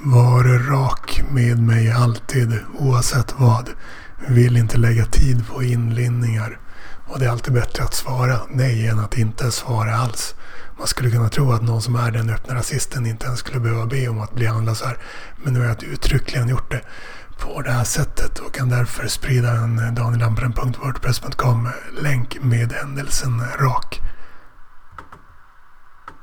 Var rak med mig alltid, oavsett vad. Vill inte lägga tid på inlinningar. Och det är alltid bättre att svara nej än att inte svara alls. Man skulle kunna tro att någon som är den öppna rasisten inte ens skulle behöva be om att bli handlad så här. Men nu har jag uttryckligen gjort det på det här sättet och kan därför sprida en danielampren.wordpress.com länk med händelsen rak.